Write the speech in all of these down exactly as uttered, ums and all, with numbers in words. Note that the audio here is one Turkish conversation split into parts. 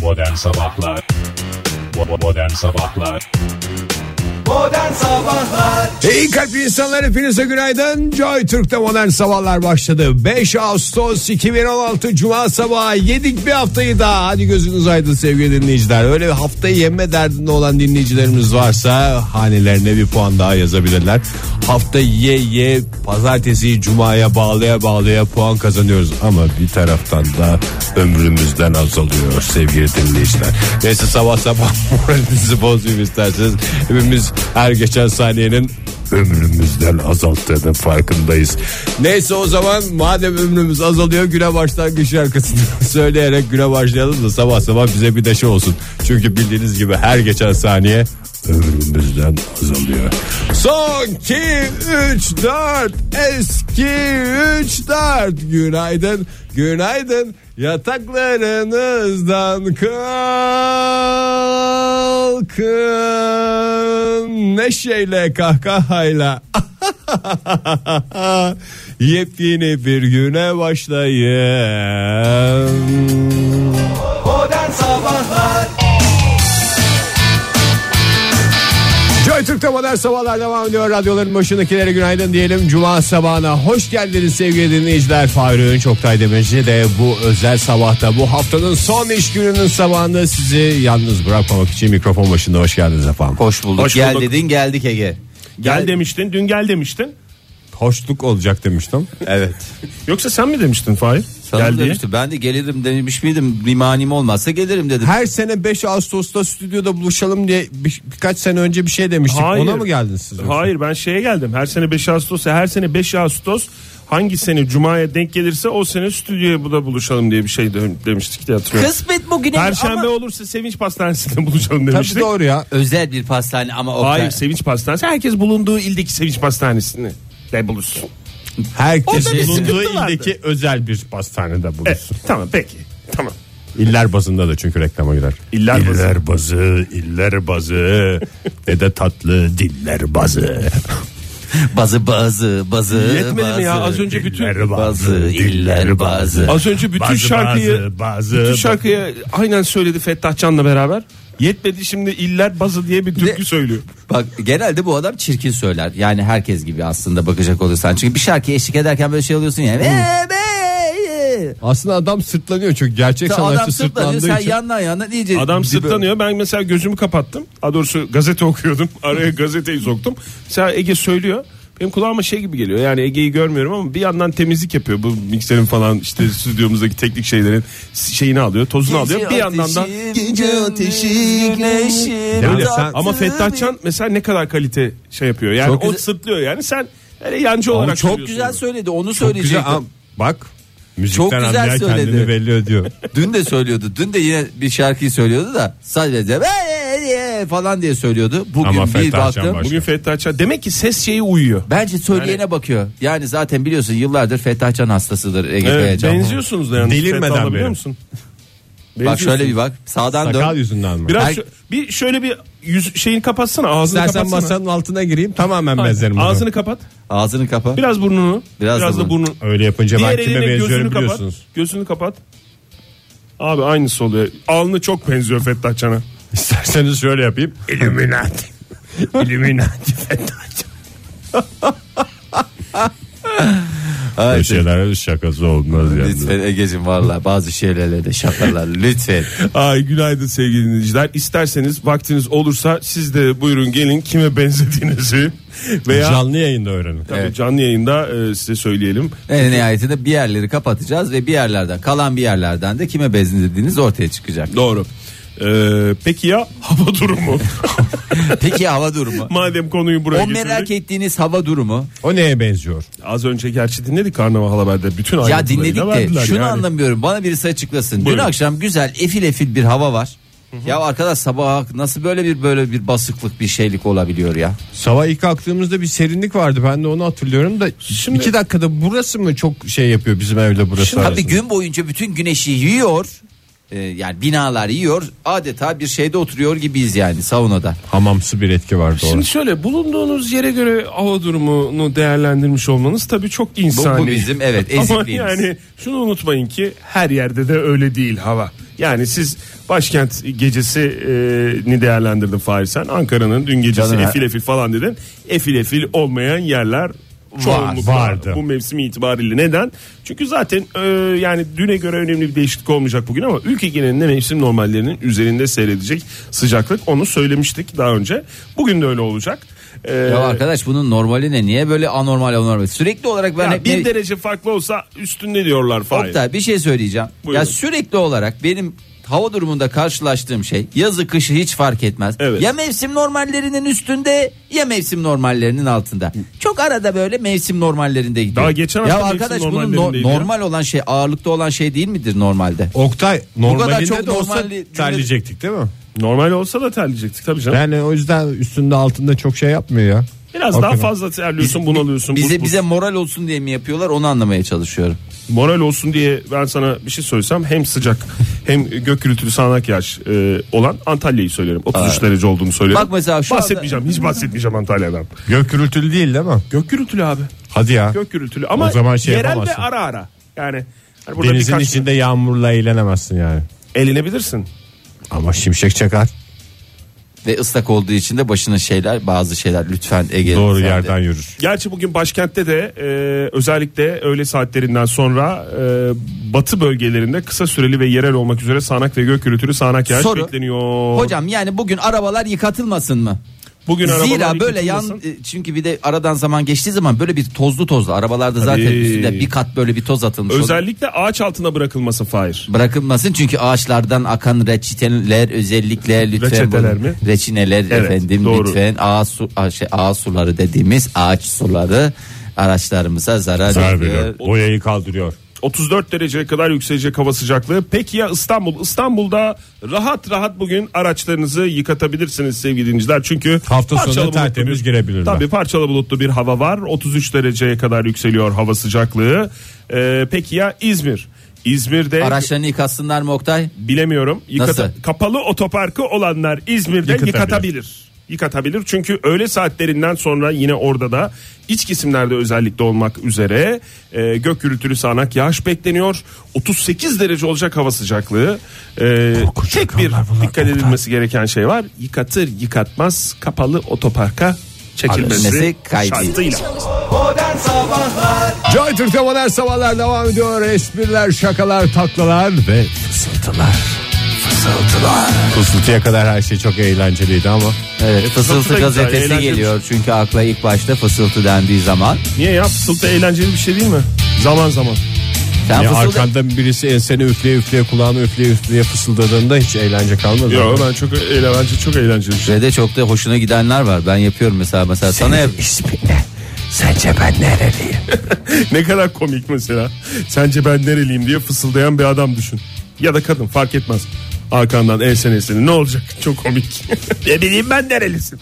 Modern Sabahlar Modern Sabahlar Modern Sabahlar İyi kalpli insanlar, hepinize günaydın. Joy Türk'te Modern Sabahlar başladı. beş Ağustos iki bin on altı Cuma sabahı, yedik bir haftayı daha. Hadi gözünüz aydın sevgili dinleyiciler. Öyle bir haftayı yeme derdinde olan dinleyicilerimiz varsa hanelerine bir puan daha yazabilirler. Hafta ye ye pazartesi Cuma'ya bağlaya bağlaya puan kazanıyoruz. Ama bir taraftan da ömrümüzden azalıyor sevgili dinleyiciler. Neyse, sabah sabah moralinizi bozmayayım isterseniz. Hepimiz her geçen saniyenin ömrümüzden azalttığının farkındayız. Neyse, o zaman madem ömrümüz azalıyor, güne başlangıç şarkısını söyleyerek güne başlayalım da sabah sabah bize bir deşe olsun. Çünkü bildiğiniz gibi her geçen saniye ömrümüzden azalıyor. Son iki üç dört eski üç dört günaydın günaydın, yataklarınızdan kalkın, neşeyle kahkahayla yepyeni bir güne başlayın. Modern Sabahlar Joy Türk'te Modern Sabahlar devam ediyor. Radyoların başındakilere günaydın diyelim. Cuma sabahına hoş geldiniz sevgili dinleyiciler. Fahri Öğünç, Oktay Demirci de bu özel sabahta, bu haftanın son iş gününün sabahında sizi yalnız bırakmamak için mikrofon başında hoş geldiniz efendim. Hoş bulduk. Hoş Gel bulduk. dedin, geldik Ege. Gel, Gel. demiştin, dün gel demiştin. Hoşluk olacak demiştim. Evet. Yoksa sen mi demiştin Fahir? Sana Gel diye. demiştim. Ben de gelirim demiş miydim? Bir manim olmazsa gelirim dedim. Her sene beş Ağustos'ta stüdyoda buluşalım diye bir, birkaç sene önce bir şey demiştik. Hayır. Ona mı geldiniz siz? yoksa? Hayır, ben şeye geldim. Her sene beş Ağustos, her sene beş Ağustos hangi sene Cuma'ya denk gelirse o sene stüdyoya burada buluşalım diye bir şey de, demiştik diye hatırlıyorum. Kısmet bugüne Perşembe ama olursa Sevinç Pastanesi'nde buluşalım demiştik. Tabii doğru ya. özel bir pastane ama o Hayır, Sevinç Pastanesi. Herkes bulunduğu ildeki Sevinç Pastanesi'ni de buluşsun. Herkes Orada bir bulunduğu sıkıntı vardı. ildeki özel bir pastanede buluşsun. Evet, tamam peki. Tamam. İller bazında da çünkü reklama girer. İller bazı. İller bazı, iller bazı ve de tatlı diller bazı. bazı bazı bazı. Yetmedi mi ya? Az önce bütün İller bazı iller bazı. Az önce bütün Bazı, şarkıyı bazı, bazı, bütün bazı. şarkıyı aynen söyledi Fettah Can'la beraber. Yetmedi, şimdi iller bazı diye bir türkü Ne? söylüyor. Bak, genelde bu adam çirkin söyler. Yani herkes gibi aslında bakacak olursan. Çünkü bir şarkıya eşlik ederken böyle şey oluyorsun ya. Be, be. Aslında adam sırtlanıyor çünkü gerçek Adam sanatçı sırtlanıyor, sırtlandığı sen için. yandan yandan iyice. Adam dibe- sırtlanıyor. Ben mesela gözümü kapattım. Daha doğrusu gazete okuyordum. Araya gazeteyi soktum. Mesela Ege söylüyor. Benim kulağıma şey gibi geliyor. Yani Ege'yi görmüyorum ama bir yandan temizlik yapıyor. Bu mikserin falan işte stüdyomuzdaki teknik şeylerin şeyini alıyor, tozunu alıyor. Bir yandan da gece ateşi güneşim. Yani Öyle. sen- Ama Fettah Can mesela ne kadar kalite şey yapıyor. Yani Çok o güzel. sırtlıyor yani. Sen öyle yancı olarak Çok söylüyorsun güzel onu. söyledi, onu Çok söyleyecektim. güzel. Am- Bak. Müzikten Çok güzel anlayan söyledi. kendini belli ediyor. Dün de söylüyordu. Dün de yine bir şarkıyı söylüyordu da sadece "Be" falan diye söylüyordu. Bugün Ama bir Fettah Can baktım. başka. Bugün Fettah Can demek ki ses şeyi uyuyor. Bence söyleyene bakıyor. Yani zaten biliyorsun yıllardır Fettah Can hastasıdır Ege Evet, Kayacan. benziyorsunuz da yalnız. Delirmeden Fettah'la biliyor beri. musun? Bak şöyle bir bak. Sağdan Sakal dön. yüzünden mi? Biraz Her- şu- bir şöyle bir yüz şeyini kapatsana, ağzını İstersen kapatsana. masanın altına gireyim, tamamen Hayır, benzerim. ona. ağzını kapat. Ağzını kapa. Biraz burnunu. Biraz Biraz, da da burun. burnunu. Öyle yapınca ben Diğer kime eline benziyorum gözünü kapat. biliyorsunuz. Gözünü kapat. Abi aynısı oluyor. Alnı çok benziyor Fettah Can'a. İsterseniz şöyle yapayım. Illuminati. Illuminati Fettah Can. Haydi. Bu şeyler şakası olmaz yani. Lütfen Ege'cim, valla bazı şeylerle de şakalar lütfen. Ay günaydın sevgili dinleyiciler. İsterseniz vaktiniz olursa siz de buyurun gelin kime benzediğinizi veya Canlı yayında öğrenin. tabii Evet. canlı yayında e, size söyleyelim. En nihayetinde bir yerleri kapatacağız ve bir yerlerden, kalan bir yerlerden de kime benzediğiniz ortaya çıkacak. Doğru. Ee, peki ya hava durumu? Peki hava durumu? Madem konuyu buraya O merak getirdik. ettiğiniz hava durumu. O neye benziyor? Az önce gerçi dinledik Karnaval Haber'de bütün Ya ayrıntılarıyla dinledik de verdiler şunu yani. anlamıyorum. Bana birisi açıklasın. Buyurun. Dün akşam güzel efil efil bir hava var. Ya arkadaş, sabah nasıl böyle bir böyle bir basıklık, bir şeylik olabiliyor ya? Sabah ilk kalktığımızda bir serinlik vardı, ben de onu hatırlıyorum da Şimdi- iki dakikada burası mı çok şey yapıyor bizim evde burası Şimdi- Tabii arasında? gün boyunca bütün güneşi yiyor. e, yani binalar yiyor, adeta bir şeyde oturuyor gibiyiz yani, saunada. Hamamsı bir etki var, doğru. Şimdi şöyle, bulunduğunuz yere göre hava durumunu değerlendirmiş olmanız tabii çok insani. Bu, bu bizim evet ezikliğimiz. Ama yani şunu unutmayın ki her yerde de öyle değil hava. Yani siz başkent gecesini değerlendirdin Fahir sen. Ankara'nın dün gecesi Canım efil efil falan dedin. Efil efil olmayan yerler çoğunlukla vardı. bu mevsim itibariyle. Neden? Çünkü zaten e, yani düne göre önemli bir değişiklik olmayacak bugün ama ülke genelinde mevsim normallerinin üzerinde seyredecek sıcaklık, onu söylemiştik daha önce. Bugün de öyle olacak. Ee, Ya arkadaş, bunun normali ne? Niye böyle anormal anormal? Sürekli olarak ben ya hep bir ne- derece farklı olsa üstünde diyorlar Fahir. Oktay, bir şey söyleyeceğim. Buyurun. Ya sürekli olarak benim hava durumunda karşılaştığım şey, yazı kışı hiç fark etmez. Evet. Ya mevsim normallerinin üstünde ya mevsim normallerinin altında. Çok arada böyle mevsim normallerinde gidiyor. Daha geçen ya hafta mevsim arkadaş, bunun no- normallerindeydi ya. normal olan şey, ağırlıkta olan şey değil midir normalde? Oktay, normalinde çok de olsa normal cümle- terleyecektik değil mi? Normal olsa da terleyecektik tabii canım. Yani o yüzden üstünde altında çok şey yapmıyor ya. Biraz Hakikaten. daha fazla terliyorsun, bunalıyorsun. Bize bus bus. bize moral olsun diye mi yapıyorlar, onu anlamaya çalışıyorum. Moral olsun diye ben sana bir şey söylesem, hem sıcak hem gök gürültülü sağanak yağış e, olan Antalya'yı söylerim. otuz üç derece olduğunu söylerim. Bak mesela şu bahsetmeyeceğim, hiç bahsetmeyeceğim Antalya'dan. Gök gürültülü değil değil mi? Gök gürültülü abi. Hadi ya. Gök gürültülü ama O zaman şey yerel ve yapamazsın. ara ara. Yani hani burada Denizin birkaç içinde yağmurla eğlenemezsin yani. eğlenebilirsin. Ama şimşek çakar. Ve ıslak olduğu için de başına şeyler, bazı şeyler lütfen Ege. Doğru sen de- yerden yürür. Gerçi bugün başkentte de e, özellikle öğle saatlerinden sonra e, batı bölgelerinde kısa süreli ve yerel olmak üzere sağanak ve gök gürültülü sağanak yağış Soru. bekleniyor. Hocam, yani bugün arabalar yıkatılmasın mı? Bugün Zira arabalar böyle yan, yıkatılmasın. e, çünkü bir de aradan zaman geçtiği zaman böyle bir tozlu tozlu arabalarda zaten Tabii. üstünde bir kat böyle bir toz atılmış. olur. Özellikle ağaç altına bırakılması Fahir. Bırakılmasın, çünkü ağaçlardan akan reçeteler, özellikle lütfen Reçeteler bunu- mi? reçineler Evet, efendim doğru. lütfen ağaç su, a- şey, ağaç suları dediğimiz ağaç suları araçlarımıza zarar, Zarar veriyor. veriyor. Boyayı kaldırıyor. otuz dört dereceye kadar yükselecek hava sıcaklığı. Peki ya İstanbul? İstanbul'da rahat rahat bugün araçlarınızı yıkatabilirsiniz sevgili dinleyiciler. Çünkü Hafta sonu parçalı bulutlu tertemiz bir- girebilirler. Tabii parçalı bulutlu bir hava var. otuz üç dereceye kadar yükseliyor hava sıcaklığı. Ee, peki ya İzmir? İzmir'de Araçlarını yıkatsınlar mı Oktay? bilemiyorum. Yıkata- Nasıl? Kapalı otoparkı olanlar İzmir'de Yıkatabilir. yıkatabilir. Yıkatabilir. Çünkü öğle saatlerinden sonra yine orada da iç kesimlerde özellikle olmak üzere e, gök gürültülü sağanak yağış bekleniyor. otuz sekiz derece olacak hava sıcaklığı. E, tek bir dikkat edilmesi gereken şey var. Yıkatır yıkatmaz kapalı otoparka çekilmesi Alınması kaydıyla. şartıyla. Modern Sabahlar Joy Türk'te modern sabahlar devam ediyor. Espriler, şakalar, taklalar ve fısıltılar. Fısıltılar. Fısıltıya kadar her şey çok eğlenceliydi ama. Evet, fısıltı da Fısıltı güzel, gazetesi eğlenceli. geliyor çünkü akla ilk başta fısıltı dendiği zaman. Niye ya, fısıltı eğlenceli bir şey değil mi? Zaman zaman. Sen Ya fısıldı... arkanda birisi enseni üfleye üfleye kulağını üfleye üfleye fısıldadığında hiç eğlence kalmadı. Yok, ben çok eğlenceli, çok eğlenceli bir şey. Ve de çok da hoşuna gidenler var. Ben yapıyorum mesela mesela sana yap. ismin ne? Sence ben nereliyim? Ne kadar komik mesela. Sence ben nereliyim diye fısıldayan bir adam düşün. Ya da kadın, fark etmez. Arkandan ensen enseni ne olacak? Çok komik. Ne bileyim ben nerelisin?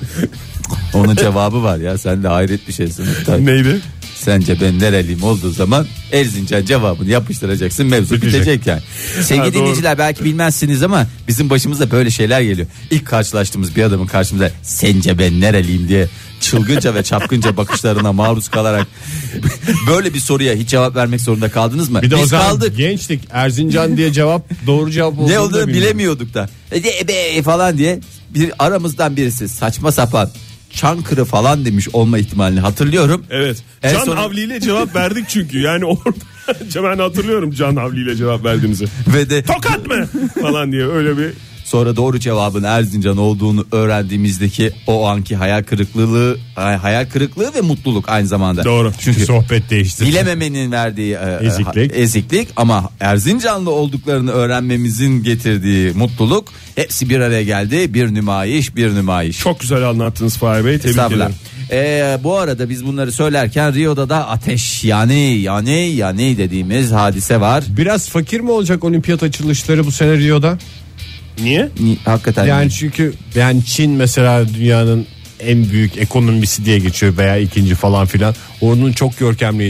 Onun cevabı var ya, sen de hayret bir şeysin. Tabii. Neydi? Sence ben nereliyim olduğu zaman Erzincan cevabını yapıştıracaksın, mevzu Bitecek. bitecek yani. Sevgili Ha, doğru. dinleyiciler, belki bilmezsiniz ama bizim başımıza böyle şeyler geliyor. İlk karşılaştığımız bir adamın karşımıza sence ben nereliyim diye çılgınca ve çapkınca bakışlarına maruz kalarak böyle bir soruya hiç cevap vermek zorunda kaldınız mı? Bir de Biz o zaman kaldık. gençlik, Erzincan diye cevap doğru cevap olduğunu Ne da olduğunu bilmiyorum. bilemiyorduk da. E, de, be falan diye bir aramızdan birisi saçma sapan Çankırı falan demiş olma ihtimalini hatırlıyorum. Evet. En Can son- Havli ile cevap verdik çünkü. Yani orada ben hatırlıyorum Can Havli ile cevap verdiğimizi. Ve de Tokat mı? falan diye öyle bir. sonra doğru cevabın Erzincan olduğunu öğrendiğimizdeki o anki hayal kırıklığı, hayal kırıklığı ve mutluluk aynı zamanda. Doğru. Çünkü Sohbet değişti. bilememenin verdiği e, Eziklik. ha- eziklik ama Erzincanlı olduklarını öğrenmemizin getirdiği mutluluk, hepsi bir araya geldi. Bir nümayiş, bir nümayiş. Çok güzel anlattınız Fahir Bey. Tebrik Estağfurullah. ederim. Ee, bu arada biz bunları söylerken Rio'da da ateş yani yani yani dediğimiz hadise var. Biraz fakir mi olacak olimpiyat açılışları bu sene Rio'da? Niye? Ni- Hakikaten Yani çünkü yani Çin mesela dünyanın en büyük ekonomisi diye geçiyor veya ikinci falan filan. Onun çok görkemliydi.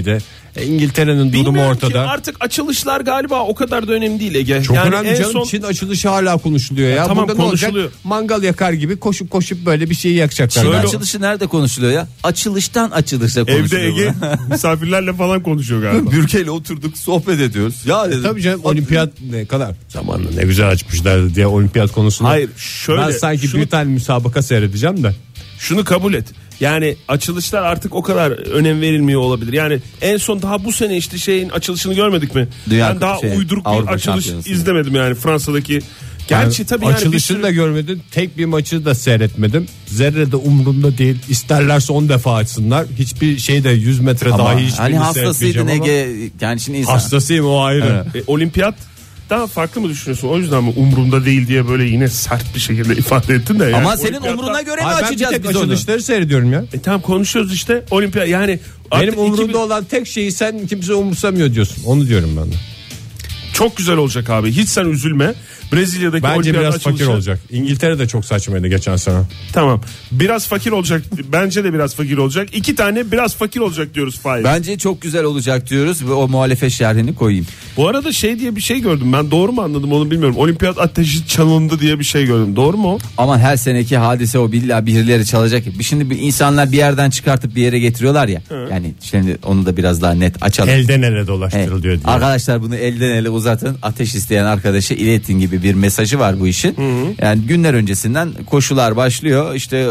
E, İngiltere'nin durumu Bilmiyorum ortada. ki, artık açılışlar galiba o kadar da önemli değil Ege. Çok yani önemli en canım. son... Çin açılışı hala konuşuluyor ya. Ya tamam, Burada ne olacak? konuşuluyor. Mangal yakar gibi koşup koşup böyle bir şeyi yakacaklar. Çin Şöyle- açılışı nerede konuşuluyor ya? Açılıştan açılışa Evde konuşuluyor. Ege misafirlerle falan konuşuyor galiba. Bürke'yle oturduk sohbet ediyoruz. Ya dedim. Tabii canım, olimpiyat ne kadar zamanında ne güzel açmışlardı diye olimpiyat konusunu. Hayır, şöyle, Ben sanki şunu- bir tane müsabaka seyredeceğim de. Şunu kabul et. Yani açılışlar artık o kadar önem verilmiyor olabilir. Yani en son daha bu sene işte şeyin açılışını görmedik mi? Dünya ben daha şey, uyduruk bir Avrupa açılış Şampiyonası. izlemedim yani Fransa'daki. Gerçi Yani tabii yani bir açılışını sürü- da görmedim. Tek bir maçı da seyretmedim. Zerre de umurumda değil. İsterlerse on defa açsınlar. Hiçbir şeyde yüz metre Ama dahi hiçbirini hani hastasıydın seyretmeyeceğim ama Ege. Yani şimdi insan. hastasıyım, o ayrı. E, olimpiyat daha farklı mı düşünüyorsun? O yüzden mi umurumda değil diye böyle yine sert bir şekilde ifade ettin de. Yani Ama senin olimpiyatta- umuruna göre mi Ay, ben bir açacağız tek biz onu? açılışları seyrediyorum ya. E tamam, konuşuyoruz işte olimpiyat yani. artık Benim umurumda iki bin olan tek şeyi sen kimse umursamıyor diyorsun. Onu diyorum ben de. Çok güzel olacak abi. Hiç sen üzülme. Brezilya'daki Bence olimpiyat biraz açılışı... fakir olacak. İngiltere de çok saçmaydı geçen sene. Tamam. Biraz fakir olacak. Bence de biraz fakir olacak. İki tane biraz fakir olacak diyoruz Fahir. Bence çok güzel olacak diyoruz ve o muhalefet şerhini koyayım. Bu arada şey diye bir şey gördüm. Ben doğru mu anladım onu bilmiyorum. Olimpiyat ateşi çalındı diye bir şey gördüm. Doğru mu o? Aman her seneki hadise o, billahi birileri çalacak. Şimdi bir insanlar bir yerden çıkartıp bir yere getiriyorlar ya. Yani şimdi onu da biraz daha net açalım. Elden ele Evet. dolaştırılıyor diye. Arkadaşlar bunu elden ele uzatın. Ateş isteyen arkadaşa iletin gibi bir mesajı var bu işin. Yani günler öncesinden koşular başlıyor. İşte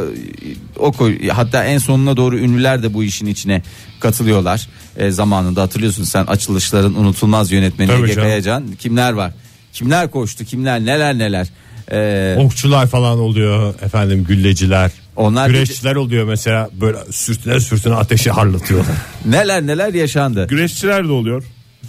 o ko- hatta en sonuna doğru ünlüler de bu işin içine katılıyorlar. E, zamanında hatırlıyorsun sen açılışların unutulmaz yönetmeni Tabii Ege canım. Kayacan. Kimler var? Kimler koştu? Kimler neler neler? E, Okçular falan oluyor efendim, gülleciler. Onlar güreşçiler oluyor mesela, böyle sürtüne sürtüne ateşi harlatıyorlar. neler neler yaşandı. Güreşçiler de oluyor.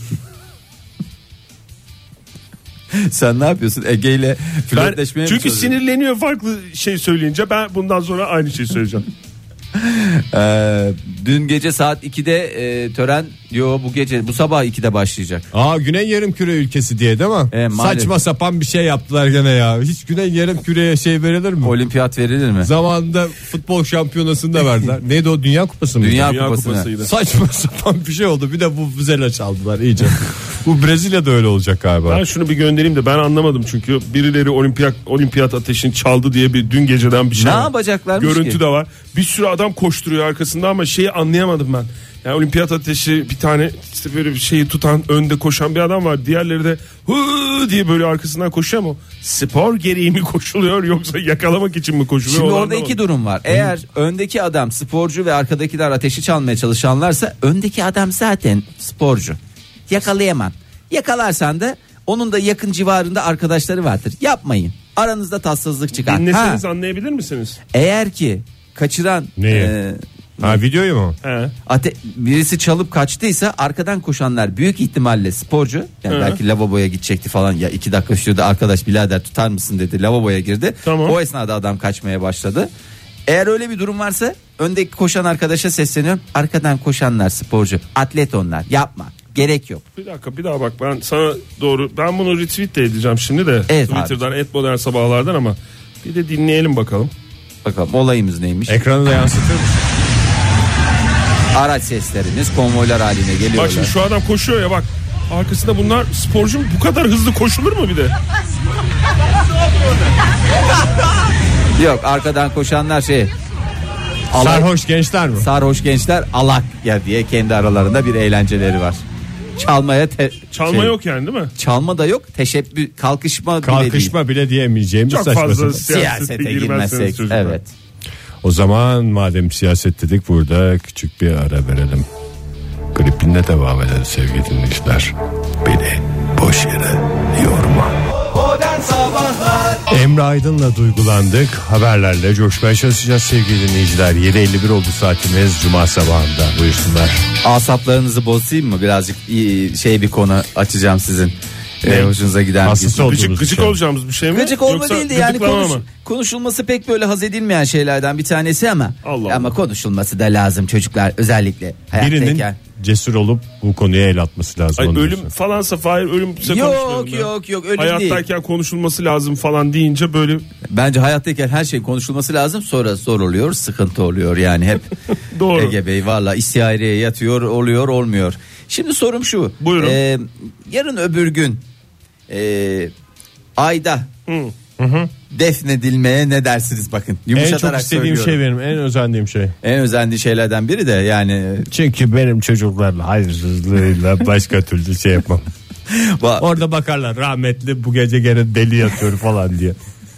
Sen ne yapıyorsun? Ege ile Ben, flörtleşmeye mi çünkü çalışıyorsun? sinirleniyor farklı şey söyleyince. Ben bundan sonra aynı şeyi söyleyeceğim. Ee, dün gece saat ikide e, tören, yo bu gece bu sabah ikide başlayacak. Aa, Güney Yarımküre ülkesi diye değil mi? E, maalesef. Saçma sapan bir şey yaptılar gene ya. Hiç Güney Yarımküre'ye şey verilir mi? Olimpiyat verilir mi? Zamanında futbol şampiyonasını da verdiler. Neydi o, Dünya Kupası mı? Dünya, Dünya Kupası'na. Kupası'ydı. Saçma sapan bir şey oldu. Bir de bu vuzela çaldılar iyice. Bu Brezilya'da öyle olacak galiba. Ben şunu bir göndereyim de ben anlamadım çünkü birileri olimpiyat olimpiyat ateşini çaldı diye bir dün geceden bir şey Ne var. yapacaklarmış Görüntü ki? de var. Bir sürü adam koşturuyor arkasında ama şeyi anlayamadım ben. Yani olimpiyat ateşi bir tane işte böyle bir şeyi tutan önde koşan bir adam var. Diğerleri de hı diye böyle arkasından koşuyor mu? Spor gereği mi koşuluyor yoksa yakalamak için mi koşuluyor? Şimdi Onu orada anlamadım. iki durum var. Eğer öndeki adam sporcu ve arkadakiler ateşi çalmaya çalışanlarsa öndeki adam zaten sporcu. Yakalayamam. Yakalarsan da onun da yakın civarında arkadaşları vardır. Yapmayın. Aranızda tatsızlık çıkar. Dinleseniz Ha, anlayabilir misiniz? eğer ki kaçıran Neyi? e, Ha, videoyu mu? He. ate- birisi çalıp kaçtıysa arkadan koşanlar büyük ihtimalle sporcu. Yani Hı. belki lavaboya gidecekti falan, ya iki dakika sürüyordu, arkadaş birader tutar mısın dedi, lavaboya girdi. Tamam. O esnada adam kaçmaya başladı. Eğer öyle bir durum varsa öndeki koşan arkadaşa sesleniyorum. Arkadan koşanlar sporcu, atlet onlar, yapma, gerek yok. Bir dakika bir daha bak, ben sana doğru, ben bunu retweet de edeceğim şimdi de Evet Twitter'dan et modern sabahlardan, ama bir de dinleyelim bakalım. Bakalım olayımız neymiş? Ekranı da yansıtır mısın? Araç sesleriniz konvoylar haline geliyorlar. Bak şimdi şu adam koşuyor ya, bak arkasında bunlar sporcu mu? Bu kadar hızlı koşulur mu bir de? Yok, arkadan koşanlar şey alay- Sarhoş gençler mi? sarhoş gençler alak ya diye kendi aralarında bir eğlenceleri var. Çalmaya te- Çalma şey, yok yani değil mi? Çalma da yok, teşebbü kalkışma, bile değil. Kalkışma bile diyemeyeceğimiz Çok saçma fazla sapan. siyasete, Siyasete girmezseniz girmezsek, çocuklar. evet. O zaman madem siyaset dedik, burada küçük bir ara verelim. Gripinle devam edelim sevgili dinleyiciler. Beni boş yere yorma. Modern Sabahlar Emre Aydın'la duygulandık. Haberlerle coşmaya çalışacağız sevgili dinleyiciler. yedi elli bir oldu saatimiz Cuma sabahında. Buyursunlar. Asaplarınızı bozayım mı? Birazcık iyi, şey bir konu açacağım sizin. Ee, hoşunuza giden. Hastası bir- olduğunuz Gıcık, bir gıcık şey. olacağımız bir şey mi? Gıcık olma Yoksa değil de yani gıdıklama konuş, mı? konuşulması pek böyle haz edilmeyen şeylerden bir tanesi ama Allah ama Allah. konuşulması da lazım çocuklar, özellikle hayattayken. Birinin cesur olup bu konuya el atması lazım. Ay, onu ölüm diyorsun. falansa Fahir, ölümse Yok, konuşmayalım ya. yok, yok, ölüm Hayattayken konuşulması lazım falan deyince böyle Bence hayattayken her şey konuşulması lazım, sonra zor oluyor, sıkıntı oluyor yani hep. Doğru. Ege Bey valla istihareye yatıyor, oluyor olmuyor. Şimdi sorum şu. Buyurun. Ee, yarın öbür gün e, ayda Hı. defnedilmeye ne dersiniz bakın. En çok Yumuşatarak istediğim şey söylüyorum. benim, en özendiğim şey. En özendiği şeylerden biri de yani. Çünkü benim çocuklarla hayırsızlığıyla başka türlü şey yapmam. Orada bakarlar rahmetli bu gece gene deli yatıyor falan diye.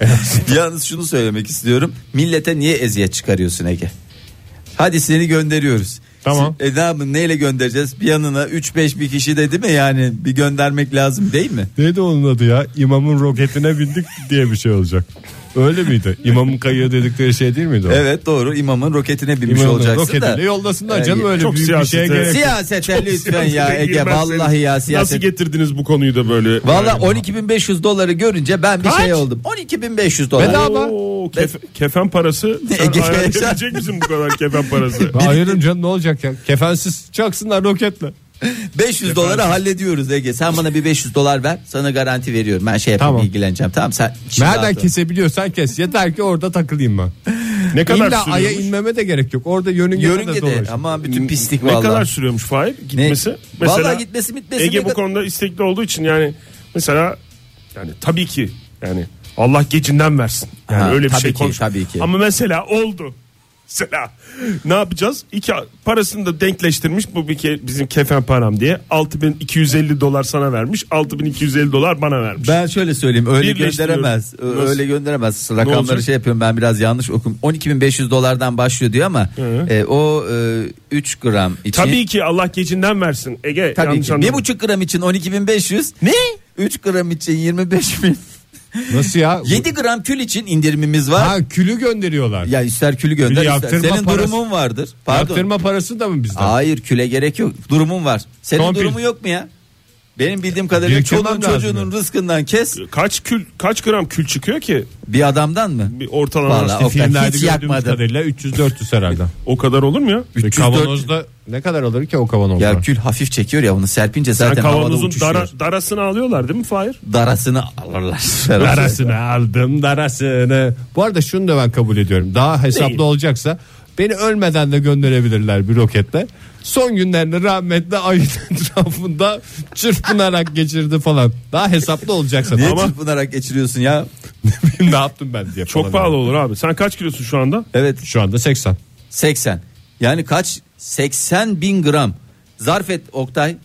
Yalnız şunu söylemek istiyorum. Millete niye eziyet çıkarıyorsun Ege? Hadi seni gönderiyoruz. Tamam. E ne yapın, neyle göndereceğiz? Bir yanına üç beş bir kişi de değil mi yani? Bir göndermek lazım değil mi? Neydi onun adı ya? İmamın roketine bindik diye bir şey olacak. Öyle miydi? İmamın kayıyor dedikleri şey değil miydi o? Evet doğru, imamın roketine binmiş İmamın olacaksın roketiyle da. yoldasınlar canım, öyle çok büyük bir şeye siyasete- gerek yok. Siyasete lütfen ya Ege, Girmezseniz vallahi ya Nasıl siyaset. getirdiniz bu konuyu da böyle? Valla Yani- on iki bin beş yüz doları görünce ben bir Kaç? şey oldum. on iki bin beş yüz dolar. Bedava. Oo, kef- kefen parası. Sen Ege- ayarlayabilecek misin bu kadar kefen parası? Hayırım canım, ne olacak ya? Kefensiz çaksınlar roketle. beş yüz doları hallediyoruz Ege. Sen bana bir beş yüz dolar ver. Sana garanti veriyorum. Ben şey yapayım, Tamam. ilgileneceğim. Tamam sen. şimdi Nereden rahat ol. kesebiliyorsan kes. Yeter ki orada takılayım ben. Ne kadar İlla aya sürüyormuş? inmeme de gerek yok. Orada yörüngede, Yörünge de de dolaşır. ama bütün pislik Ne vallahi. kadar sürüyormuş Fahir gitmesi? Ne? Mesela Vallahi gitmesi bitmesi. Ege ne bu kadar- konuda istekli olduğu için yani mesela yani tabii ki yani Allah gecinden versin. Yani Ha, öyle bir tabii şey ki, konuş. tabii ki. Ama mesela oldu. Mesela ne yapacağız? İki parasını da denkleştirmiş, bu bir ke, bizim kefen param diye altı bin iki yüz elli dolar sana vermiş, altı bin iki yüz elli dolar bana vermiş. Ben şöyle söyleyeyim, öyle Birleştiriyorum. gönderemez. Ö- Nasıl? Öyle gönderemez. olacak? Rakamları şey yapıyorum, ben biraz yanlış okum. on iki bin beş yüz dolardan başlıyor diyor ama Hı. e, o e, üç gram için. Tabii ki Allah gecinden versin. Ege Tabii yanlış ki. anlama. bir buçuk gram için on iki bin beş yüz. Ne? üç gram için yirmi beş bin. Nasıl ya? yedi gram kül için indirimimiz var. Ha, külü gönderiyorlar. Ya ister külü gönder, Bir de ister. yaktırma Senin parası- durumun vardır. Pardon. Yaktırma parası da mı bizden? Hayır, küle gerek yok. Durumun var. Senin Kompil. durumu yok mu ya? Benim bildiğim kadarıyla Biriktirmem çoluğun lazım çocuğunun rızkından kes. Kaç kül kaç gram kül çıkıyor ki? Bir adamdan mı? Bir ortalama Vallahi işte o kadar Filmlerde hiç gördüğümüz yakmadım. kadarıyla üç yüz dört yüz herhalde. o kadar olur mu ya? E, kavanozda ne kadar alır ki o kavanozda? Ya kül hafif çekiyor ya, onu serpince Sen zaten havada kavanozun uçuşuyor. dara, darasını alıyorlar değil mi Fahir? Darasını alırlar. Darasını aldım, darasını. Bu arada şunu da ben kabul ediyorum. Daha hesaplı Neyi? olacaksa beni ölmeden de gönderebilirler bir roketle. Son günlerini rahmetli ayın etrafında çırpınarak geçirdi falan. Daha hesaplı olacaksa. Niye Ama çırpınarak geçiriyorsun ya? ne yaptım ben diye. Çok falan. pahalı olur abi. Sen kaç kilosun şu anda? Evet, Şu anda seksen. seksen. Yani kaç? seksen bin gram. Zarf et Oktay.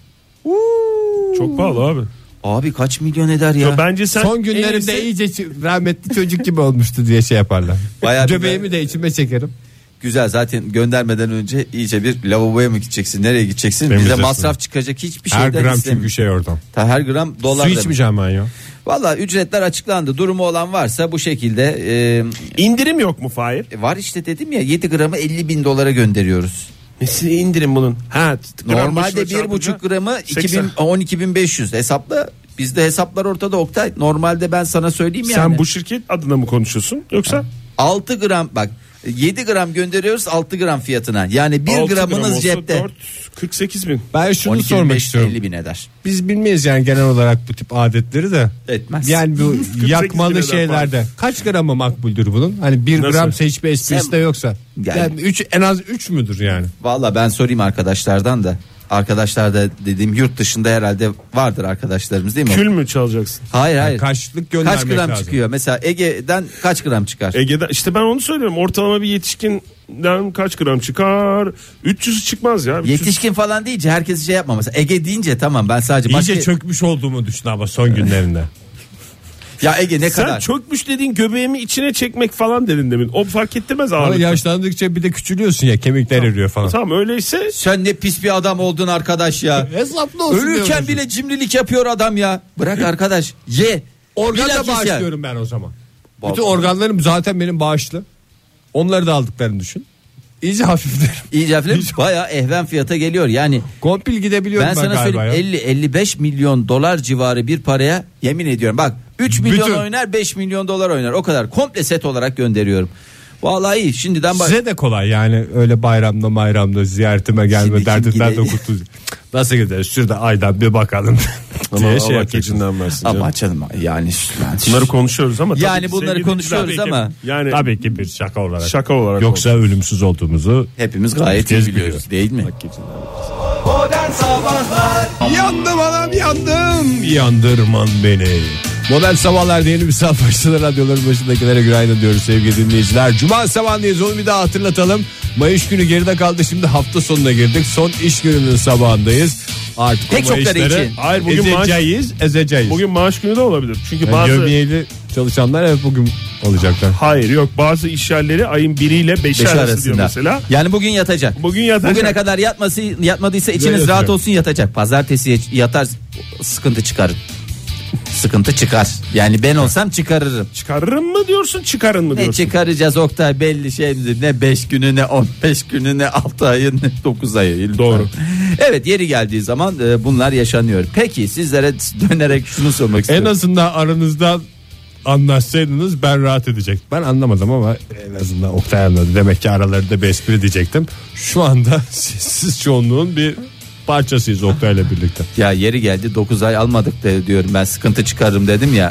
Çok pahalı abi. Abi kaç milyon eder ya? Ya bence sen Son en günlerimde iyisi- iyice çı- rahmetli çocuk gibi olmuştu diye şey yaparlar. Bayağı bir- Göbeğimi de içime çekerim. Güzel, zaten göndermeden önce iyice bir lavaboya mı gideceksin, nereye gideceksin? Bize Temizlesin. masraf çıkacak hiçbir Her şeyden gram istemiyorum. çünkü şey oradan. Ta her gram dolar. Su demek. içmeyeceğim ben ya. Valla ücretler açıklandı. Durumu olan varsa bu şekilde e, İndirim yok mu Fahir? var işte, dedim ya, yedi gramı elli bin dolara gönderiyoruz. Nesi indirim bunun? Ha, gram başına Normalde bir çarpınca buçuk gramı seksen. on iki bin beş yüz hesapla. Bizde hesaplar ortada Oktay. Normalde ben sana söyleyeyim Sen yani. bu şirket adına mı konuşuyorsun yoksa? altı gram bak, yedi gram gönderiyoruz altı gram fiyatına. Yani bir altı gram gramınız olsa cepte. dört, kırk sekiz bin. Ben on şunu iki bin sormak beş yüz istiyorum. elli bin eder. Biz bilmeyiz yani genel olarak bu tip adetleri de. Etmez. Yani bu bin yakmalı eder şeylerde kaç gramı makbuldür bunun? Hani bir Nasıl? gramsa hiçbir esprisi Sen- de yoksa. Yani- Yani, üç, en az üç müdür yani? Valla ben sorayım arkadaşlardan da. Arkadaşlar da dediğim yurt dışında herhalde vardır arkadaşlarımız değil mi? Kül mü çalacaksın? Hayır hayır. Karşılık Kaç göndermek gram lazım. çıkıyor? Mesela Ege'den kaç gram çıkar? Ege'de işte ben onu söylüyorum. Ortalama bir yetişkinden kaç gram çıkar? üç yüz çıkmaz ya. üç yüz. Yetişkin falan deyince herkes şey yapma. Mesela Ege deyince tamam, ben sadece başka... İyice çökmüş olduğumu düşün ama son günlerinde. Ya Ege ne Sen kadar? çökmüş dediğin göbeğimi içine çekmek falan dedin demin. O fark ettirmez Ama ağırlıkta. yaşlandıkça bir de küçülüyorsun ya, kemikler eriyor falan. Tamam öyleyse Sen ne pis bir adam oldun arkadaş ya. Hesaplı olsun Ölürken diyormuşum. bile cimrilik yapıyor adam ya. Bırak arkadaş, ye. Organ da Bilakis ya. bağışlıyorum ben o zaman. Vallahi. Bütün organlarım zaten benim bağışlı. Onları da aldıklarını düşün. İyice hafiflerim. İyice film bayağı ehven fiyata geliyor. Yani Kompil gidebiliyorum ben ben, sana galiba söyleyeyim, ya. elli elli beş milyon dolar civarı bir paraya yemin ediyorum. Bak üç milyon Bütün. oynar, beş milyon dolar oynar. O kadar komple set olarak gönderiyorum. Vallahi iyi. Şimdiden bak. Size de kolay yani, öyle bayramda bayramda ziyaretime gelme Şimdi derdinden de kim kurtulacağım. Nasıl gideriz şurada aydan bir bakalım ama diye Allah şey yapacaksın. gecinden versin canım. Ama canım yani, yani Bunları konuşuyoruz ama tabii Yani ki bunları sevgili konuşuyoruz dinleyiciler, ama yani Tabii ki bir şaka olarak. şaka olarak Yoksa ölümsüz olduğumuzu hepimiz gayet iyi Herkes biliyoruz biliyor. değil mi? Hak gecinden versin. Modern Sabahlar. Yandım anam yandım. Yandırman beni. Modern Sabahlar yeni bir saat başladı. Radyoların başındakilere günaydın diyoruz sevgili dinleyiciler. Cuma sabahındayız, onu bir daha hatırlatalım. Mayıs günü geride kaldı, şimdi hafta sonuna girdik. Son iş gününün sabahındayız. Artık Pek o çokları Mayısları için. Hayır, bugün maaş- ezeceğiz, ezeceğiz. Bugün maaş günü de olabilir. Çünkü Yani bazı gömleğli çalışanlar hep bugün alacaklar. hayır yok bazı iş yerleri ayın biriyle beşi Beşi arası arasında. diyor mesela. Yani bugün yatacak. Bugün yatacak. Bugüne kadar yatması yatmadıysa içiniz Yatacak. rahat olsun, yatacak. Pazartesiye yatar, sıkıntı çıkarır. Sıkıntı çıkar. Yani ben olsam çıkarırım. Çıkarırım mı diyorsun, çıkarın mı Ne diyorsun? çıkaracağız Oktay, belli şey mi? Ne beş günü, ne on beş günü, ne altı ayı, ne dokuz ayı. Lütfen. Doğru. Evet, yeri geldiği zaman e, bunlar yaşanıyor. Peki sizlere dönerek şunu sormak En istiyorum. azından aranızda anlaşsaydınız ben rahat edecektim. Ben anlamadım ama en azından Oktay anladı. Demek ki aralarında bir espri diyecektim. Şu anda sessiz çoğunluğun bir parçasıyız Oktay'la birlikte. Ya yeri geldi dokuz ay almadık da diyorum, ben sıkıntı çıkarırım dedim ya.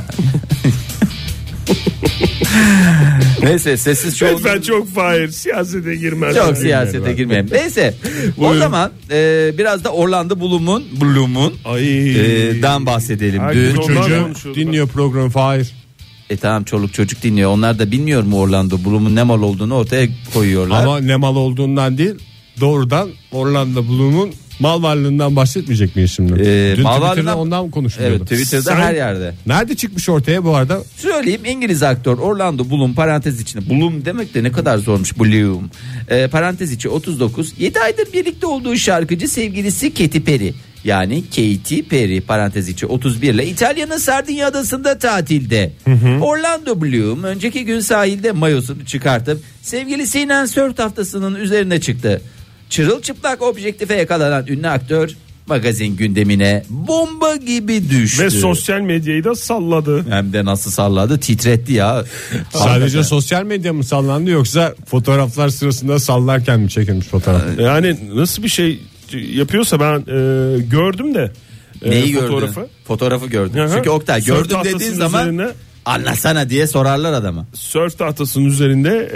Neyse, sessiz çoğunluğun. Lütfen çok Fahir siyasete girmez. Çok siyasete girmeyelim. Neyse. O Buyurun. zaman e, biraz da Orlando Bloom'un Bloom'un Ay. e, dan bahsedelim. Ay, Dün, bu Ondan Çocuğu konuşuyorduk. dinliyor programı Fahir. e tamam, çoluk çocuk dinliyor. Onlar da bilmiyor mu Orlando Bloom'un ne mal olduğunu ortaya koyuyorlar. Ama ne mal olduğundan değil, doğrudan Orlando Bloom'un mal varlığından bahsetmeyecek miyiz şimdi? Ee, Dün mal Twitter'da varlığından- ondan konuşuluyordu. Evet, Twitter'da Sen- her yerde. Nerede çıkmış ortaya bu arada? Söyleyeyim, İngiliz aktör Orlando Bloom, parantez içinde Bloom demek de ne kadar zormuş, Bloom. E, parantez içi otuz dokuz, yedi aydır birlikte olduğu şarkıcı sevgilisi Katy Perry, yani Katy Perry parantez içi otuz bir ile İtalya'nın Sardinya adasında tatilde. Orlando Bloom önceki gün sahilde mayosunu çıkartıp sevgilisiyle sörf haftasının üzerine çıktı. Çırılçıplak objektife yakalanan ünlü aktör magazin gündemine bomba gibi düştü. Ve sosyal medyayı da salladı. Hem de nasıl salladı, titretti ya. Sadece Hakikaten. sosyal medya mı sallandı yoksa fotoğraflar sırasında sallarken mi çekilmiş fotoğraf? Yani nasıl bir şey yapıyorsa ben e, gördüm de e, Neyi fotoğrafı. gördün? Fotoğrafı gördüm. Hı hı. Çünkü Oktay, Sörf gördüm dediğin tahtasının zaman üzerine- anlasana diye sorarlar adama. Sörf tahtasının üzerinde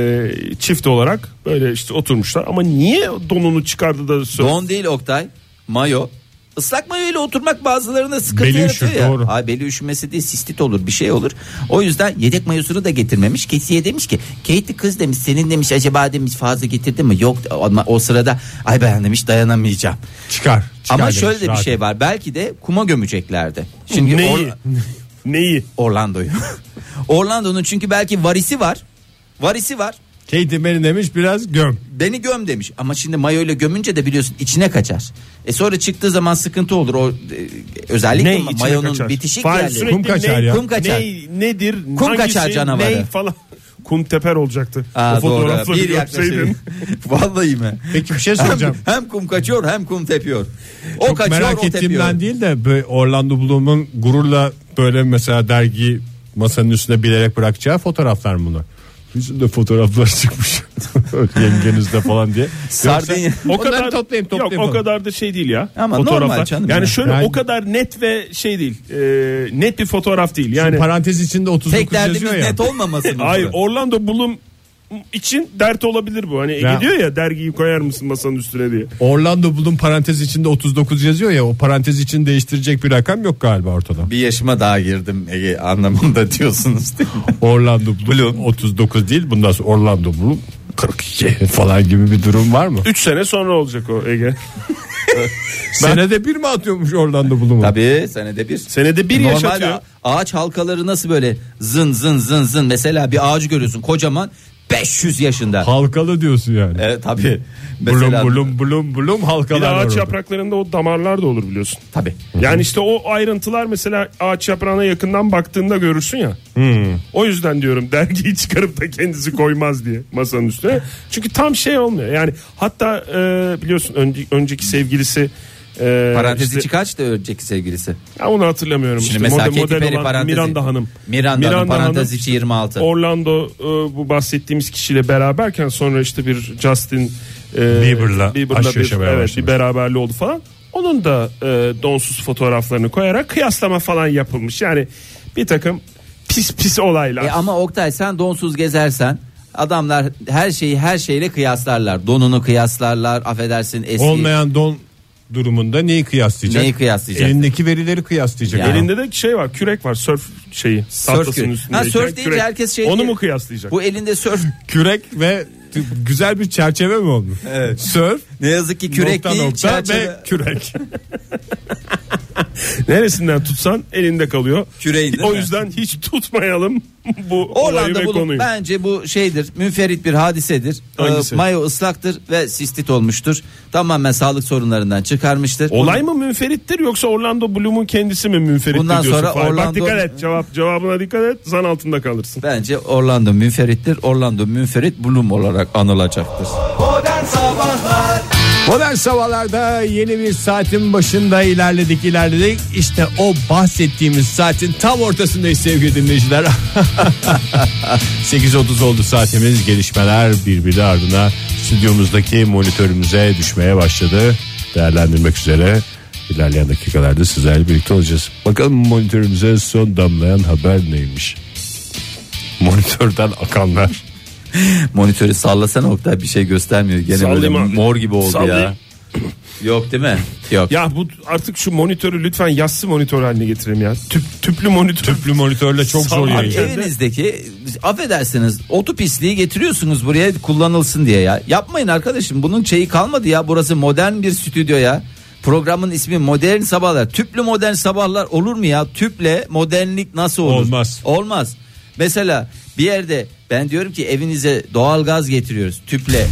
e, çift olarak böyle işte oturmuşlar. Ama niye donunu çıkardı da sörf? Don değil Oktay, mayo. Islak mayo ile oturmak bazılarına sıkıntı Beli yaratıyor üşür, ya. doğru. Ay, beli üşümesi değil, sistit olur, bir şey olur. O yüzden yedek mayosunu da getirmemiş. Kesiye demiş ki, Kate kız demiş, senin demiş acaba demiş fazla getirdin mi? Yok, ama o sırada ay ben demiş dayanamayacağım. Çıkar. çıkar Ama demiş, şöyle de bir rahat. şey var, belki de kuma gömeceklerdi. Şimdi Neyi? Or- Neyi? Orlando'yu. Orlando'nun çünkü belki varisi var. Varisi var. Katy Perry demiş biraz göm. Beni göm demiş. Ama şimdi mayo ile gömünce de biliyorsun içine kaçar. E sonra çıktığı zaman sıkıntı olur. O e, özellikle Ne ma- içine mayonun kaçar? bitişik Fahir, yerleri. sürekli Kum kaçar ne- ya. Kum kaçar. Ne, nedir? Kum hangisi, kaçar canavarı. Ne falan. Kum teper olacaktı. Aa, o fotoğrafları doğru. Bir görseydin. yaklaşık. Vallahi mi? Peki bir şey Hem, soracağım. hem kum kaçıyor hem kum tepiyor. O Çok kaçıyor, merak o tepiyor. ettiğimden değil de böyle Orlando Bloom'un gururla böyle mesela dergi masanın üstüne bilerek bırakacağı fotoğraflar mı bunlar? Bizim de fotoğraflar çıkmış. Yengenizde falan diye. Sardinya. O Onları kadar toplayayım, toplayayım Yok o falan. kadar da şey değil ya. Ama fotoğraflar. normal canım Yani ya. şöyle Yani- o kadar net ve şey değil. e, net bir fotoğraf değil. Yani Yani parantez içinde otuz dokuz Tek derdimiz yazıyor ya. net olmaması mı? hayır, Orlando Bloom için dert olabilir bu. Hani Ege Ya. diyor ya, dergiyi koyar mısın masanın üstüne diye. Orlando Bloom parantez içinde otuz dokuz yazıyor ya, o parantez için değiştirecek bir rakam yok galiba ortada. Bir yaşıma daha girdim Ege anlamında diyorsunuz değil mi? Orlando Bloom, Bloom. otuz dokuz değil, bundan sonra Orlando Bloom kırk iki falan gibi bir durum var mı? üç sene sonra olacak o Ege. Senede bir mi atıyormuş Orlando Bloom'u? Tabii senede bir. Senede bir Normal yaşatıyor. a- ağaç halkaları nasıl böyle zın zın zın zın, mesela bir ağacı görüyorsun kocaman, beş yüz yaşında. Halkalı diyorsun yani. Evet tabii. Blum Mesela blum blum blum Bir halkalar de var ağaç orada. yapraklarında o damarlar da olur biliyorsun. tabii. Yani işte o ayrıntılar mesela ağaç yaprağına yakından baktığında görürsün ya. O yüzden diyorum dergiyi çıkarıp da kendisi koymaz diye masanın üstüne. Çünkü tam şey olmuyor. Yani hatta e, biliyorsun önce, önceki sevgilisi e, Parantez işte- içi kaçtı önceki sevgilisi? ya onu hatırlamıyorum. Şimdi işte mesela model, Katy model Perry olan parantezi. Miranda Hanım. Miranda, Hanım parantez Hanım, içi yirmi altı. Orlando e, bu bahsettiğimiz kişiyle beraberken sonra işte bir Justin e, Bieber'la aşk bir, yaşamaya evet, başlamış. bir beraberliği oldu falan. Onun da e, donsuz fotoğraflarını koyarak kıyaslama falan yapılmış. Yani bir takım pis pis olaylar. E ama Oktay, sen donsuz gezersen adamlar her şeyi her şeyle kıyaslarlar. Donunu kıyaslarlar, affedersin eski. Olmayan don durumunda neyi kıyaslayacak? Neyi kıyaslayacak? Elindeki verileri kıyaslayacak. Yani. Elinde de şey var, kürek var, surf şeyi. Tahtasının kürek. üstündeyken Ha, surf deyince kürek. herkes şey Onu diyor. mu kıyaslayacak? Bu elinde surf. Kürek ve t- güzel bir çerçeve mi oldu? Evet. Surf, Ne yazık ki kürek nokta değil, nokta çerçeve. ve kürek. Neresinden tutsan elinde kalıyor. Küreğin değil O mi? yüzden hiç tutmayalım bu olayı Orlando ve Bloom konuyu. bence bu şeydir, münferit bir hadisedir. Hangisi? Ee, mayo ıslaktır ve sistit olmuştur. Tamamen sağlık sorunlarından çıkarmıştır. Olay mı münferittir yoksa Orlando Bloom'un kendisi mi münferittir Bundan diyorsun? sonra Fahir? Bak Orlando- dikkat et, cevap cevabına dikkat et, zan altında kalırsın. Bence Orlando münferittir. Orlando münferit Bloom olarak anılacaktır. Modern Sabahlar Modern sabahlarda yeni bir saatin başında ilerledik ilerledik. İşte o bahsettiğimiz saatin tam ortasındayız sevgili dinleyiciler. sekiz otuz oldu saatimiz. Gelişmeler birbiri ardına stüdyomuzdaki monitörümüze düşmeye başladı. Değerlendirmek üzere ilerleyen dakikalarda sizlerle birlikte olacağız. Bakalım monitörümüze son damlayan haber neymiş? Monitörden akanlar. Monitörü sallasana Oktay, bir şey göstermiyor. Gene Sallayayım böyle abi. mor gibi oldu Sallayayım. ya. Yok değil mi? Yok. Ya bu artık şu monitörü lütfen yassı monitör haline getirelim ya. Tüp, tüplü monitör. Tüplü monitörle çok zor Salak yayın. ya. Evinizdeki, affedersiniz, otu pisliği getiriyorsunuz buraya kullanılsın diye ya. Yapmayın arkadaşım, bunun şeyi kalmadı ya. Burası modern bir stüdyo ya. Programın ismi Modern Sabahlar. Tüplü modern sabahlar olur mu ya? Tüple modernlik nasıl olur? Olmaz. Olmaz. Mesela bir yerde ben diyorum ki evinize doğal gaz getiriyoruz tüple.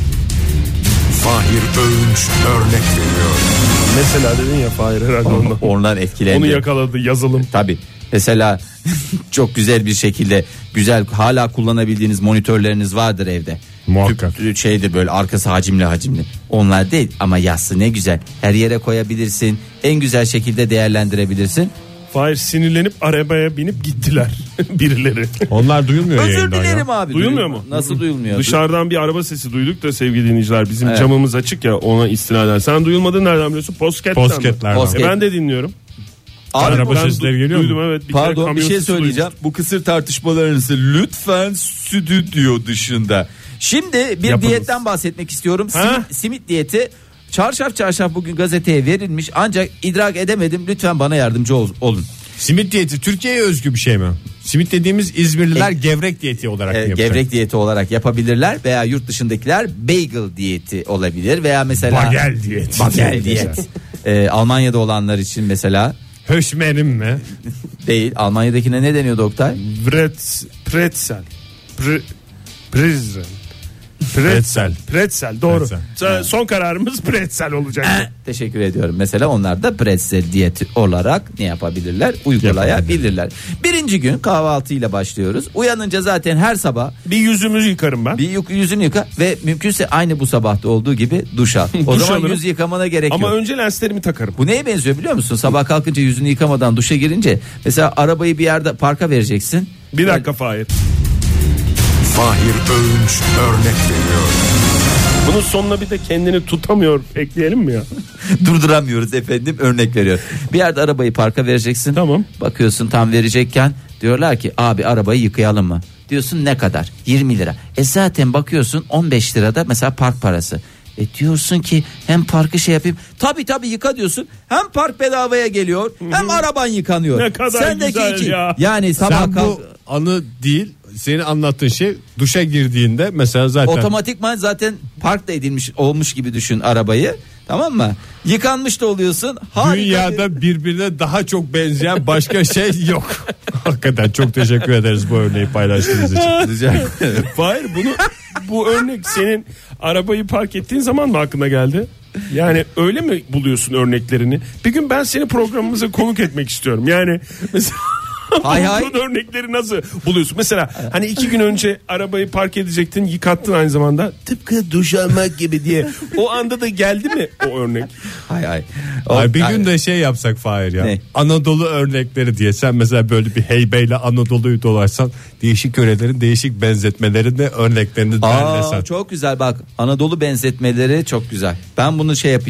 Fahir Öğünç örnek veriyor. Mesela dedin ya Fahir herhalde ondan. Ondan etkilendi. Onu yakaladı yazılım. Tabii. Mesela çok güzel bir şekilde güzel hala kullanabildiğiniz monitörleriniz vardır evde. Muhakkak. Tüp- şeydir böyle arkası hacimli hacimli. Onlar değil ama yassı ne güzel. Her yere koyabilirsin. En güzel şekilde değerlendirebilirsin. Fahir sinirlenip arabaya binip gittiler birileri. Onlar duyulmuyor Özür yayından dilerim ya. abi. Duyulmuyor Duyul- mu? Nasıl duyulmuyor? Dışarıdan bir araba sesi duyduk da sevgili dinleyiciler, bizim Evet. camımız açık ya, ona istinaden. Sen duyulmadığını nereden biliyorsun? Postket'ten mi? Postketlerden. Posket. E ben de dinliyorum. Abi, Araba Ben sesleri du- geliyor mu? duydum, evet. Bir kere pardon bir kamyon şey sesi söyleyeceğim. Bu kısır tartışmalarınızı lütfen stüdyo dışında. Şimdi bir Yapınız. diyetten bahsetmek istiyorum. Ha? Simit, simit diyeti çarşaf çarşaf bugün gazeteye verilmiş ancak idrak edemedim. Lütfen bana yardımcı ol- olun. Simit diyeti Türkiye'ye özgü bir şey mi? Simit dediğimiz İzmirliler E, gevrek diyeti olarak Ee, mı yapacak? gevrek diyeti olarak yapabilirler veya yurt dışındakiler bagel diyeti olabilir veya mesela Bagel diyeti. Bagel diyet. Ee, Almanya'da olanlar için mesela Höşmerim mi? değil. Almanya'dakine ne deniyor doktor? Pretz, pretzel. Pre, pretzel. Pretzel. Pretzel doğru. Pretzel. Sa- Son kararımız pretzel olacak. Teşekkür ediyorum. Mesela onlar da pretzel diyeti olarak ne yapabilirler? Uygulayabilirler. Birinci gün kahvaltıyla başlıyoruz. Uyanınca zaten her sabah Bir yüzümüzü yıkarım ben. bir yuk- yüzünü yıka ve mümkünse aynı bu sabahta olduğu gibi duş al. O Duş zaman alırım. yüz yıkamana gerek Ama yok. önce lenslerimi takarım. Bu neye benziyor biliyor musun? Sabah kalkınca yüzünü yıkamadan duşa girince mesela arabayı bir yerde parka vereceksin. Bir dakika Fahir. Fahir Öğünç örnek veriyor. Bunun sonuna bir de kendini tutamıyor ekleyelim mi ya? Durduramıyoruz efendim, örnek veriyor. Bir yerde arabayı parka vereceksin. Tamam. Bakıyorsun tam verecekken diyorlar ki abi arabayı yıkayalım mı? Diyorsun ne kadar? yirmi lira. E zaten bakıyorsun on beş lirada mesela park parası. E diyorsun ki hem parkı şey yapayım. Tabii tabii yıka diyorsun. Hem park bedavaya geliyor hem araban yıkanıyor. Ne kadar Sendeki güzel iki. ya. Yani sabah Sen kalk. bu anı değil, senin anlattığın şey duşa girdiğinde mesela zaten Otomatikman zaten park da edilmiş olmuş gibi düşün arabayı. Tamam mı? Yıkanmış da oluyorsun. Harika bir- dünyada birbirine daha çok benzeyen başka şey yok. Hakikaten çok teşekkür ederiz bu örneği paylaştığınız için. Rica ederim. Fahir bunu bu örnek senin arabayı park ettiğin zaman mı aklına geldi? Yani öyle mi buluyorsun örneklerini? Bir gün ben seni programımıza konuk etmek istiyorum. Yani mesela Hay hay. bu örnekleri nasıl buluyorsun? Mesela hani iki gün önce arabayı park edecektin, yıkattın aynı zamanda. Tıpkı duş almak gibi diye. O anda da geldi mi o örnek? Hay hay. O- Ay bir Ay- gün de şey yapsak Fahir ya. Ne? Anadolu örnekleri diye sen mesela böyle bir heybeyle Anadolu'yu dolaşsan değişik yörelerin değişik benzetmelerini örneklerini Aa, derlesen. çok güzel bak, Anadolu benzetmeleri çok güzel. Ben bunu şey yapacağım.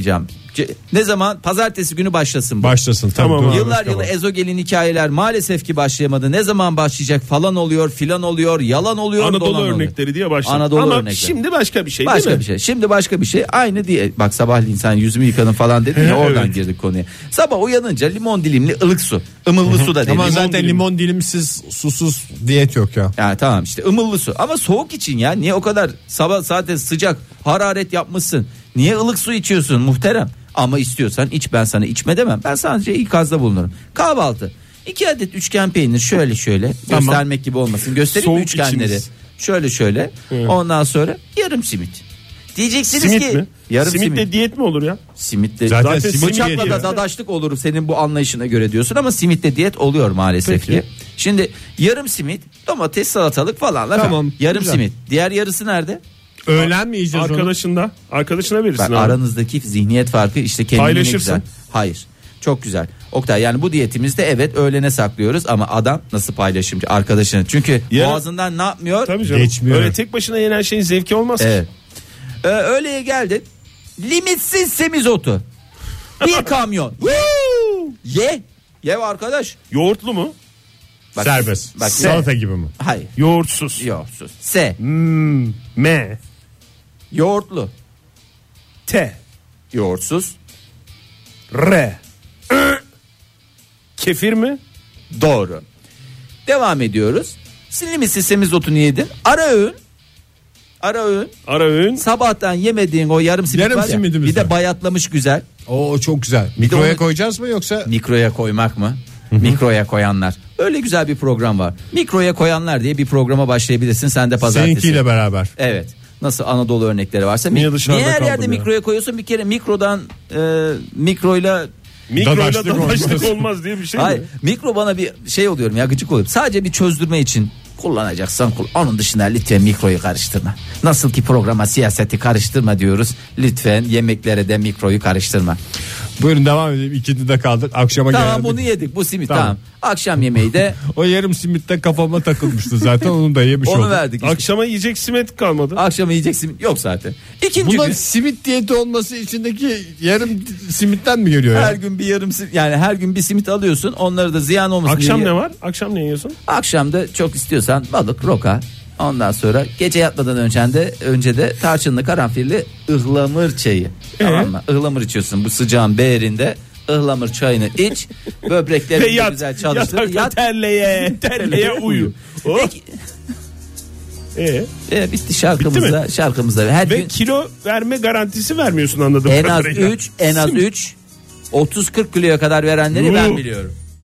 Ce- Ne zaman? Pazartesi günü başlasın bu. Başlasın tamam. Tamam. Yıllar yılı ezogelin hikayeler maalesef ki başlayamadı. Ne zaman başlayacak falan oluyor, filan oluyor, yalan oluyor, Anadolu dolan oluyor. örnekleri diye başladı. Anadolu Ama örnekleri. şimdi başka bir şey Başka değil mi? bir şey. Şimdi başka bir şey. Aynı diye. Bak sabahleyin sen yüzümü yıkadın falan dedin ya, oradan Evet. girdik konuya. Sabah uyanınca limon dilimli ılık su. Imıllı su da değil. Ama Limon zaten dilimi. limon dilimsiz susuz diyet yok ya. Yani tamam işte ımıllı su. Ama soğuk için ya. Niye o kadar sabah zaten sıcak hararet yapmışsın. Niye ılık su içiyorsun muhterem? Ama istiyorsan iç, ben sana içme demem. Ben sadece ikazda bulunurum. Kahvaltı. İki adet üçgen peynir şöyle şöyle. Tamam. Göstermek gibi olmasın. Göstereyim mi Soğuk üçgenleri? içiniz. Şöyle şöyle. Ondan sonra yarım simit. Diyeceksiniz Simit ki mi? yarım Simitle simit. diyet mi olur ya? Simitle Zaten Zaten simit simit bıçakla yedi da ya. dadaşlık olur senin bu anlayışına göre diyorsun ama simitte diyet oluyor maalesef Peki. ki. Şimdi yarım simit, domates, salatalık falanlar. Tamam, Yarım güzel. simit. Diğer yarısı nerede? Öğlen mi yiyeceğiz onu? Arkadaşında. Arkadaşına verirsin Bak, abi. aranızdaki zihniyet farkı işte kendine ne Paylaşırsın. güzel. Hayır. Çok güzel. Oktay, yani bu diyetimizde evet öğlene saklıyoruz ama adam nasıl paylaşımcı arkadaşını. Çünkü Ya- boğazından ne yapmıyor? Tabii canım. Geçmiyor. Öyle tek başına yenen şeyin zevki olmaz ki. Evet. Ee, öğleye geldin. Limitsiz semizotu. Bir kamyon. Woo! Ye. Ye arkadaş. Yoğurtlu mu? Bak, Serbest. Bak, Salata gibi mi? Hayır. Yoğurtsuz. Yoğurtsuz. S. Hmm, M. Yoğurtlu. T. Yoğurtsuz. R. Ö. Kefir mi? Doğru. Devam ediyoruz. Limitsiz semizotunu yedin. Ara öğün. Ara öğün. Ara öğün. Sabahtan yemediğin o yarım simit Yarım var ya. simidimiz Bir de var. bayatlamış güzel. Oo çok güzel. de Mikroya onu- koyacağız mı yoksa? Mikroya koymak mı? Mikroya koyanlar. Öyle güzel bir program var. Mikroya koyanlar diye bir programa başlayabilirsin sen de pazartesi. Seninkiyle beraber. Evet. Nasıl Anadolu örnekleri varsa. Niye Niye, dışarıda niye her kaldım yerde ya? mikroya koyuyorsun? Bir kere mikrodan e, mikroyla Mikroyla Dadaşlık dadaşlık olmaz. olmaz diye bir şey hayır, mi? mikro bana bir şey oluyorum ya, gıcık oluyorum. Sadece bir çözdürme için kullanacaksan kul. Onun dışında lütfen mikroyu karıştırma. Nasıl ki programa siyaseti karıştırma diyoruz. Lütfen yemeklere de mikroyu karıştırma. Buyurun devam edelim. İkindi de kaldık. Akşama Tamam, geldik. bunu yedik, bu simit Tamam. tamam. Akşam yemeği de O yarım simitte kafama takılmıştı zaten. Onu da yemiş onu oldum. verdik. işte. Akşama yiyecek simit kalmadı. Akşam yiyecek simit yok zaten. İkinci Buna gün simit diyeti olması içindeki yarım simitten mi geliyor ya? her gün bir yarım simit, yani her gün bir simit alıyorsun. Onları da ziyan olmasın Akşam diye. ne var? Akşam ne yiyorsun? Akşam da çok istiyorsan balık, roka. Ondan sonra gece yatmadan önce de önce de tarçınlı karanfilli ıhlamur çayı. Tamam mı? Ihlamur içiyorsun bu sıcağın beğerinde. Ihlamur çayını iç. Ve Böbreklerini de yat. güzel çalıştır. Yatakta Yat. terleye. Terleye uyu. Oh. Peki, Ee, e, bitti şarkımızda. Şarkımızda her ve gün kilo verme garantisi vermiyorsun anladığım en az kadarıyla. üç en az üç otuz kırk kiloya kadar verenleri ben biliyorum.